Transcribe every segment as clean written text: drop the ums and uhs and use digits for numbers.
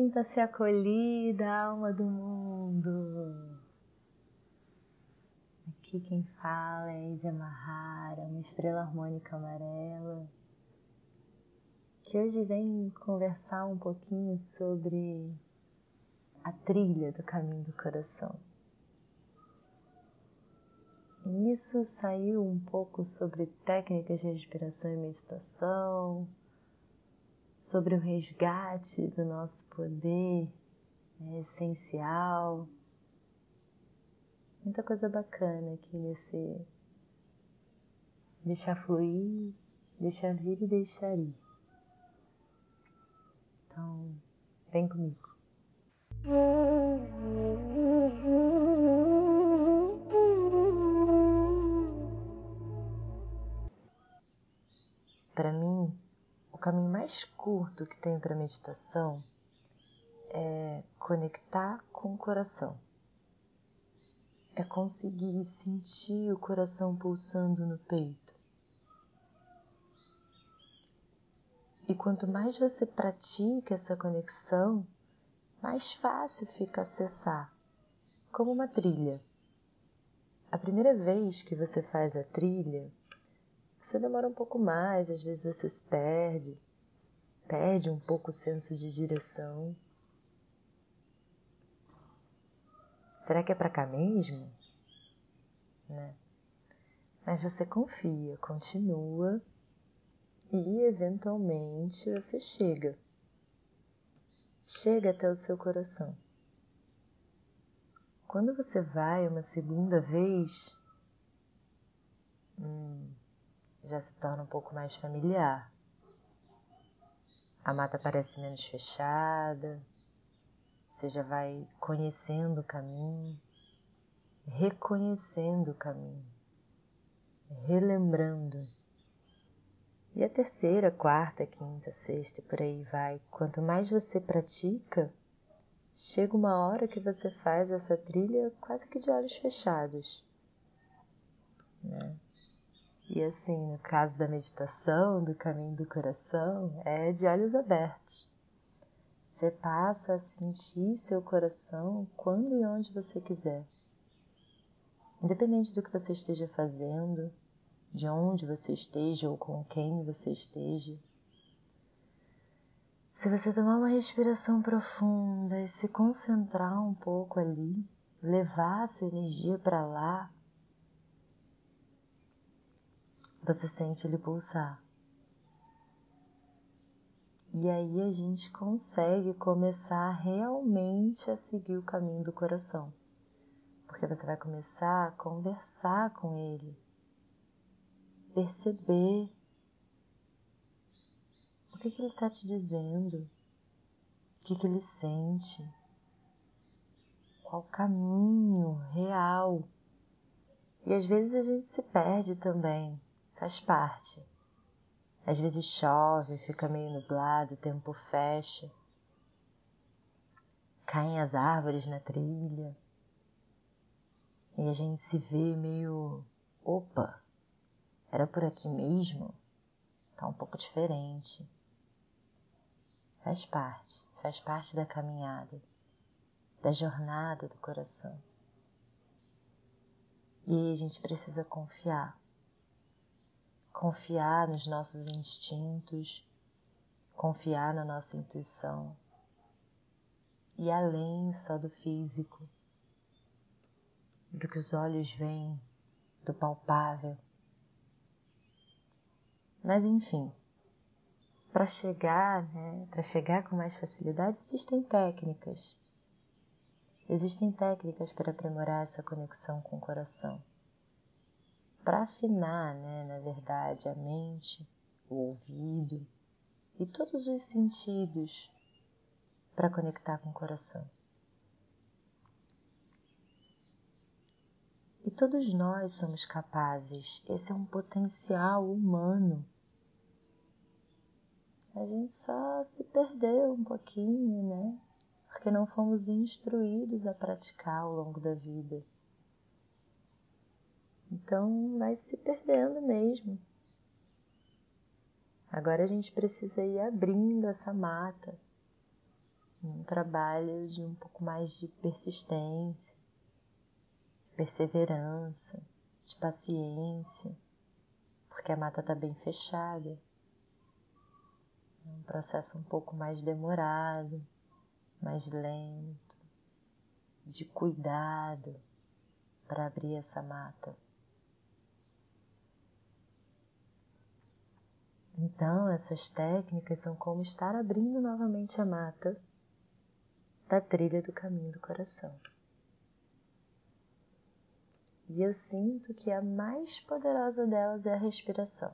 Sinta-se acolhida, alma do mundo. Aqui quem fala é Isia Mahara, uma estrela harmônica amarela, que hoje vem conversar um pouquinho sobre a trilha do caminho do coração. E nisso saiu um pouco sobre técnicas de respiração e meditação, sobre o resgate do nosso poder essencial. Muita coisa bacana aqui nesse deixar fluir, deixar vir e deixar ir. Então, vem comigo. Para mim, o caminho mais curto que tem para meditação é conectar com o coração. É conseguir sentir o coração pulsando no peito. E quanto mais você pratica essa conexão, mais fácil fica acessar, como uma trilha. A primeira vez que você faz a trilha, você demora um pouco mais, às vezes você se perde um pouco o senso de direção. Será que é para cá mesmo? Né? Mas você confia, continua e eventualmente você chega até o seu coração. Quando você vai uma segunda vez, já se torna um pouco mais familiar. A mata parece menos fechada, você já vai conhecendo o caminho, reconhecendo o caminho, relembrando. E a terceira, quarta, quinta, sexta e por aí vai. Quanto mais você pratica, chega uma hora que você faz essa trilha quase que de olhos fechados, né? E assim, no caso da meditação, do caminho do coração, é de olhos abertos. Você passa a sentir seu coração quando e onde você quiser. Independente do que você esteja fazendo, de onde você esteja ou com quem você esteja. Se você tomar uma respiração profunda e se concentrar um pouco ali, levar a sua energia para lá, você sente ele pulsar. E aí a gente consegue começar realmente a seguir o caminho do coração. Porque você vai começar a conversar com ele, perceber o que ele está te dizendo, o que ele sente, qual o caminho real. E às vezes a gente se perde também, faz parte. Às vezes chove, fica meio nublado, o tempo fecha, caem as árvores na trilha e a gente se vê meio, opa, era por aqui mesmo? Tá um pouco diferente. Faz parte da caminhada, da jornada do coração. E aí a gente precisa confiar nos nossos instintos, confiar na nossa intuição, e além só do físico, do que os olhos veem, do palpável. Mas enfim, para chegar com mais facilidade, existem técnicas. Existem técnicas para aprimorar essa conexão com o coração. Para afinar, na verdade, a mente, o ouvido e todos os sentidos para conectar com o coração. E todos nós somos capazes, esse é um potencial humano. A gente só se perdeu um pouquinho, Porque não fomos instruídos a praticar ao longo da vida. Então vai se perdendo mesmo. Agora a gente precisa ir abrindo essa mata, Um trabalho de um pouco mais de persistência, perseverança, de paciência, porque a mata está bem fechada. É um processo um pouco mais demorado, mais lento, de cuidado para abrir essa mata. Então, essas técnicas são como estar abrindo novamente a mata da trilha do caminho do coração. E eu sinto que a mais poderosa delas é a respiração.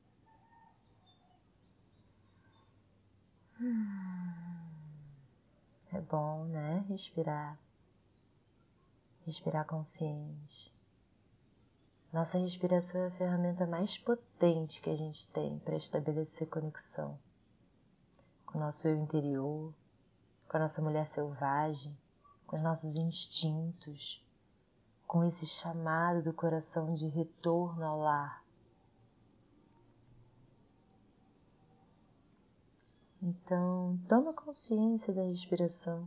É bom, né? Respirar consciente. Nossa respiração é a ferramenta mais potente que a gente tem para estabelecer conexão com o nosso eu interior, com a nossa mulher selvagem, com os nossos instintos, com esse chamado do coração de retorno ao lar. Então, toma consciência da respiração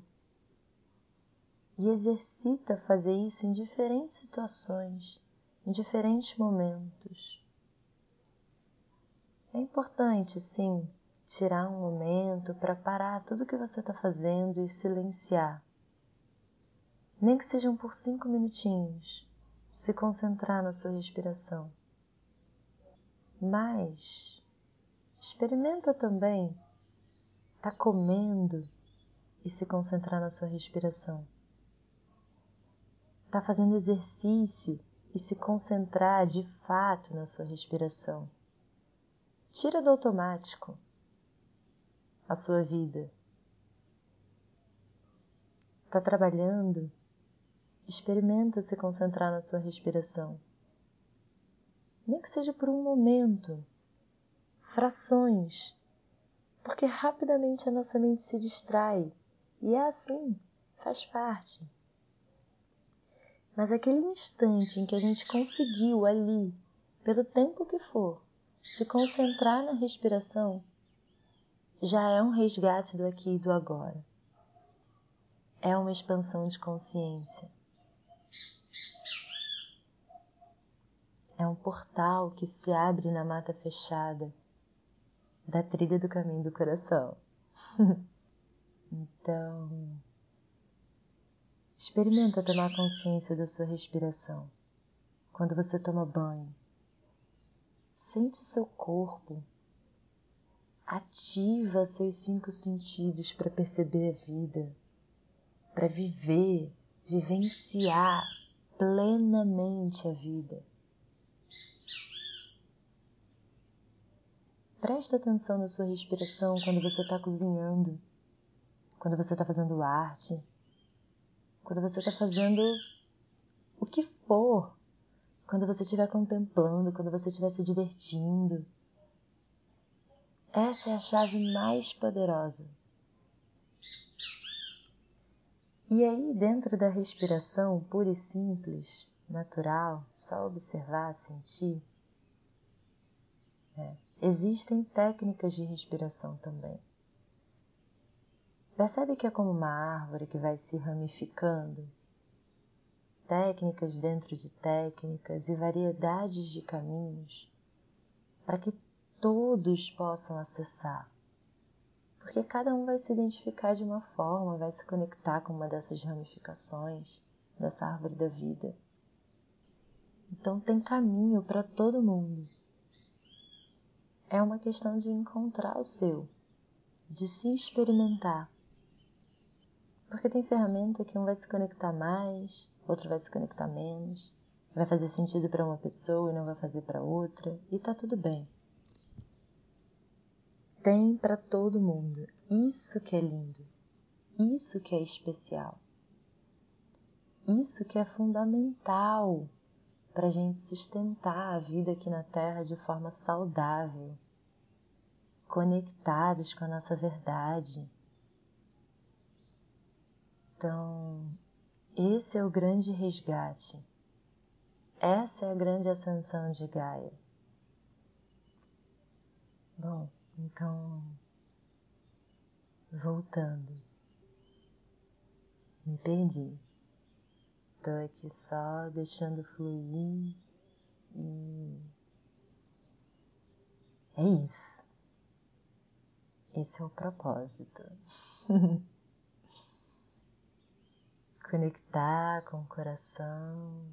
e exercita fazer isso em diferentes situações, em diferentes momentos. É importante, sim, tirar um momento para parar tudo que você está fazendo e silenciar. Nem que sejam por 5 minutinhos, se concentrar na sua respiração. Mas experimenta também estar comendo e se concentrar na sua respiração. Estar fazendo exercício e se concentrar de fato na sua respiração. Tira do automático a sua vida. Está trabalhando? Experimenta se concentrar na sua respiração. Nem que seja por um momento, frações, porque rapidamente a nossa mente se distrai. E é assim, faz parte. Mas aquele instante em que a gente conseguiu ali, pelo tempo que for, se concentrar na respiração, já é um resgate do aqui e do agora. É uma expansão de consciência. É um portal que se abre na mata fechada da trilha do caminho do coração. Então, experimenta tomar consciência da sua respiração. Quando você toma banho, sente seu corpo, ativa seus 5 sentidos para perceber a vida, para vivenciar plenamente a vida. Presta atenção na sua respiração quando você está cozinhando, quando você está fazendo arte, quando você está fazendo o que for, quando você estiver contemplando, quando você estiver se divertindo. Essa é a chave mais poderosa. E aí, dentro da respiração pura e simples, natural, só observar, sentir, existem técnicas de respiração também. Percebe que é como uma árvore que vai se ramificando? Técnicas dentro de técnicas e variedades de caminhos para que todos possam acessar. Porque cada um vai se identificar de uma forma, vai se conectar com uma dessas ramificações dessa árvore da vida. Então tem caminho para todo mundo. É uma questão de encontrar o seu, de se experimentar. Porque tem ferramenta que um vai se conectar mais, outro vai se conectar menos, vai fazer sentido para uma pessoa e não vai fazer para outra, e tá tudo bem. Tem para todo mundo. Isso que é lindo. Isso que é especial. Isso que é fundamental para a gente sustentar a vida aqui na Terra de forma saudável, conectados com a nossa verdade. Então, esse é o grande resgate. Essa é a grande ascensão de Gaia. Bom, então, voltando. Me perdi. Tô aqui só deixando fluir e é isso. Esse é o propósito. Conectar com o coração,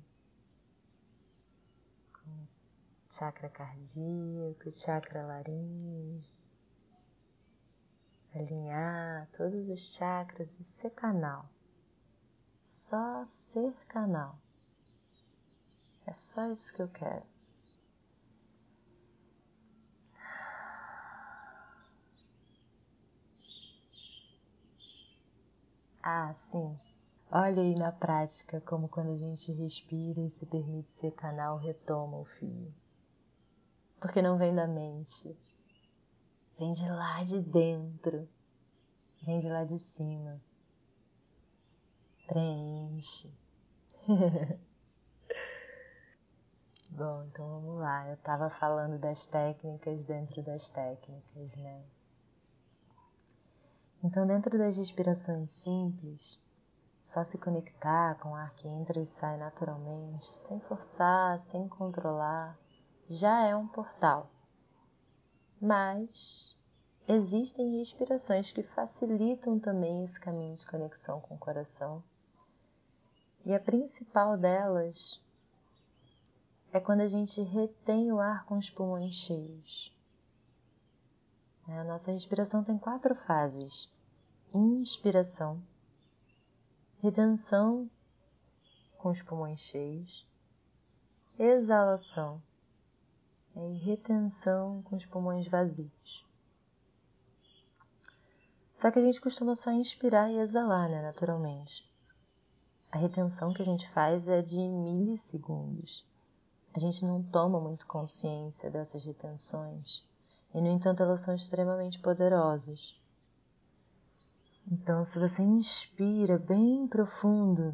com o chakra cardíaco, chakra laríngeo, alinhar todos os chakras e ser canal. Só ser canal. É só isso que eu quero. Ah, sim. Olha aí na prática como quando a gente respira e se permite ser canal, retoma o fio. Porque não vem da mente. Vem de lá de dentro. Vem de lá de cima. Preenche. Bom, então vamos lá. Eu estava falando das técnicas dentro das técnicas, né? Então, dentro das respirações simples, só se conectar com o ar que entra e sai naturalmente, sem forçar, sem controlar, já é um portal. Mas existem respirações que facilitam também esse caminho de conexão com o coração. E a principal delas é quando a gente retém o ar com os pulmões cheios. A nossa respiração tem 4 fases: inspiração, retenção com os pulmões cheios, exalação e retenção com os pulmões vazios. Só que a gente costuma só inspirar e exalar, né, naturalmente. A retenção que a gente faz é de milissegundos. A gente não toma muito consciência dessas retenções e, no entanto, elas são extremamente poderosas. Então, se você inspira bem profundo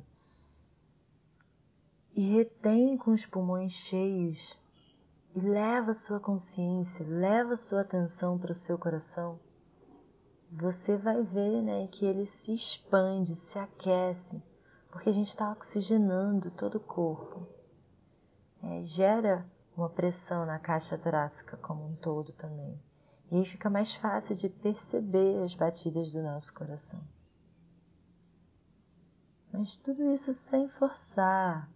e retém com os pulmões cheios e leva a sua consciência, leva a sua atenção para o seu coração, você vai ver, né, que ele se expande, se aquece, porque a gente está oxigenando todo o corpo. Gera uma pressão na caixa torácica como um todo também. E aí fica mais fácil de perceber as batidas do nosso coração. Mas tudo isso sem forçar.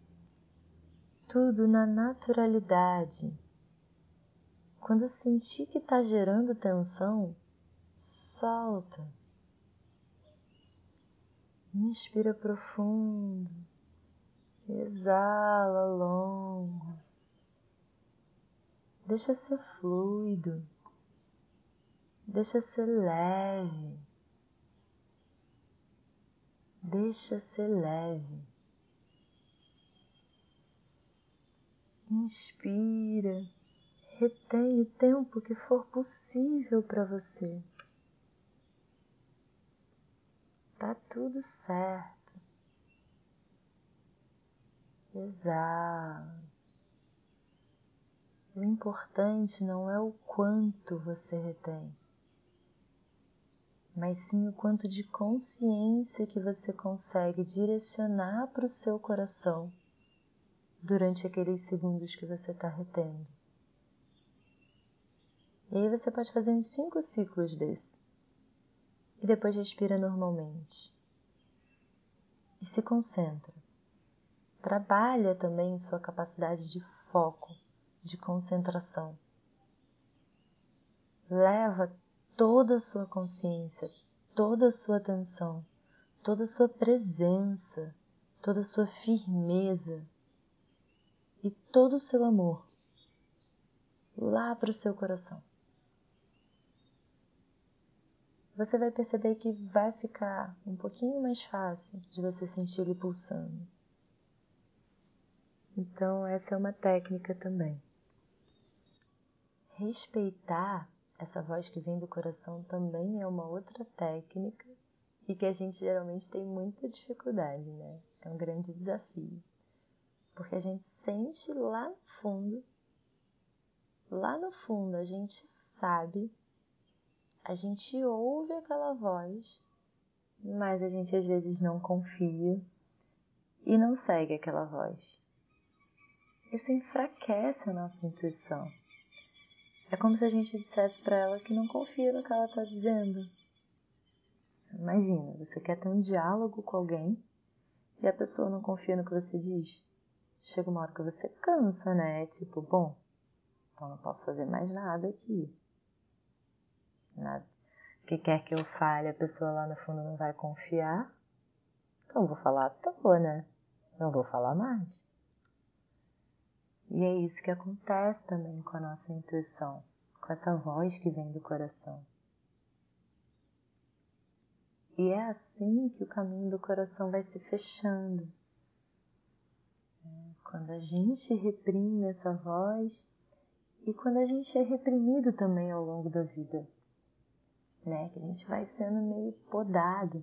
Tudo na naturalidade. Quando sentir que está gerando tensão, solta. Inspira profundo. Exala longo. Deixa ser fluido. Deixa ser leve. Deixa ser leve. Inspira. Retém o tempo que for possível para você. Tá tudo certo. Exala. O importante não é o quanto você retém, mas sim o quanto de consciência que você consegue direcionar para o seu coração durante aqueles segundos que você está retendo. E aí você pode fazer uns 5 ciclos desse. E depois respira normalmente. E se concentra. Trabalha também sua capacidade de foco, de concentração. Leva toda a sua consciência, toda a sua atenção, toda a sua presença, toda a sua firmeza e todo o seu amor lá para o seu coração. Você vai perceber que vai ficar um pouquinho mais fácil de você sentir ele pulsando. Então, essa é uma técnica também. Respeitar essa voz que vem do coração também é uma outra técnica e que a gente geralmente tem muita dificuldade, né? É um grande desafio. Porque a gente sente lá no fundo a gente sabe, a gente ouve aquela voz, mas a gente às vezes não confia e não segue aquela voz. Isso enfraquece a nossa intuição. É como se a gente dissesse para ela que não confia no que ela está dizendo. Imagina, você quer ter um diálogo com alguém e a pessoa não confia no que você diz. Chega uma hora que você cansa, né? Tipo, bom, então não posso fazer mais nada aqui. Nada. O que quer que eu fale, a pessoa lá no fundo não vai confiar. Então eu vou falar à toa, né? Não vou falar mais. E é isso que acontece também com a nossa intuição, com essa voz que vem do coração. E é assim que o caminho do coração vai se fechando. Quando a gente reprime essa voz e quando a gente é reprimido também ao longo da vida, né? Que a gente vai sendo meio podado.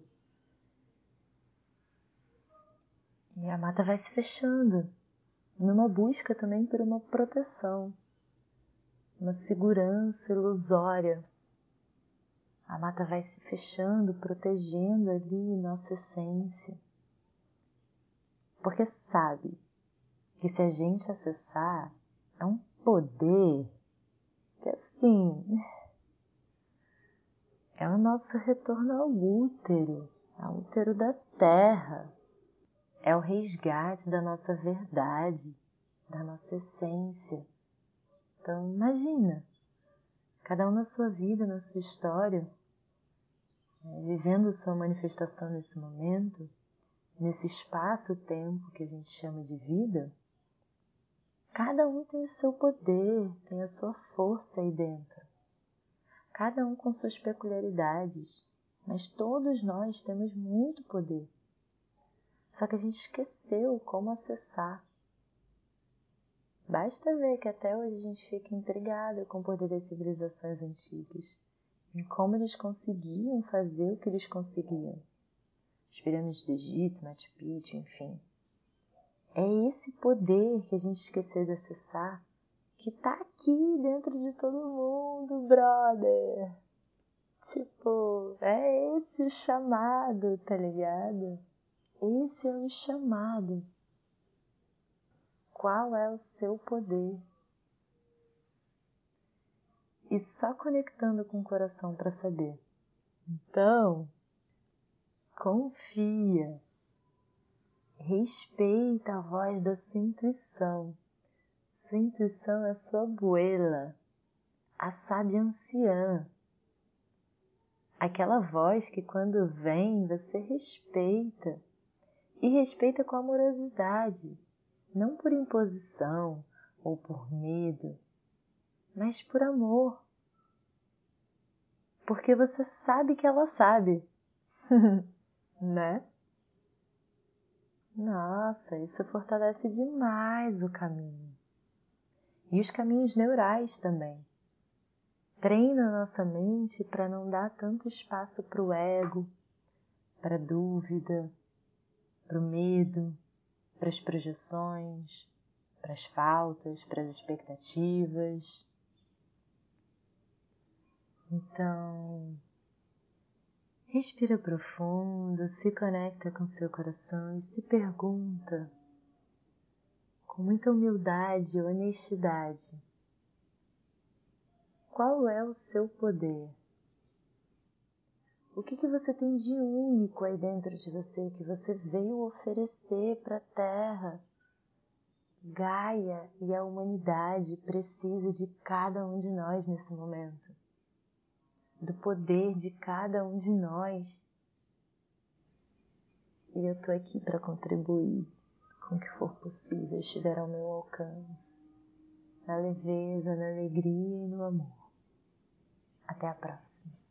E a mata vai se fechando, numa busca também por uma proteção, uma segurança ilusória. A mata vai se fechando, protegendo ali nossa essência. Porque sabe que se a gente acessar, é um poder que assim, é o nosso retorno ao útero da terra. É o resgate da nossa verdade, da nossa essência. Então imagina, cada um na sua vida, na sua história, vivendo sua manifestação nesse momento, nesse espaço-tempo que a gente chama de vida, cada um tem o seu poder, tem a sua força aí dentro. Cada um com suas peculiaridades, mas todos nós temos muito poder. Só que a gente esqueceu como acessar. Basta ver que até hoje a gente fica intrigado com o poder das civilizações antigas, em como eles conseguiam fazer o que eles conseguiam. As pirâmides do Egito, Machu Picchu, enfim. É esse poder que a gente esqueceu de acessar, que tá aqui dentro de todo mundo, brother. Tipo, é esse o chamado, tá ligado? Esse é o chamado. Qual é o seu poder? E só conectando com o coração para saber. Então, confia. Respeita a voz da sua intuição. Sua intuição é sua abuela, a sábia anciã. Aquela voz que quando vem você respeita. E respeita com amorosidade. Não por imposição ou por medo, mas por amor. Porque você sabe que ela sabe. Né? Nossa, isso fortalece demais o caminho. E os caminhos neurais também. Treina nossa mente para não dar tanto espaço para o ego, para a dúvida, para o medo, para as projeções, para as faltas, para as expectativas. Então, respira profundo, se conecta com seu coração e se pergunta, com muita humildade e honestidade, qual é o seu poder? O que você tem de único aí dentro de você que você veio oferecer para a Terra? Gaia e a humanidade precisa de cada um de nós nesse momento. Do poder de cada um de nós. E eu estou aqui para contribuir com o que for possível, estiver ao meu alcance. Na leveza, na alegria e no amor. Até a próxima.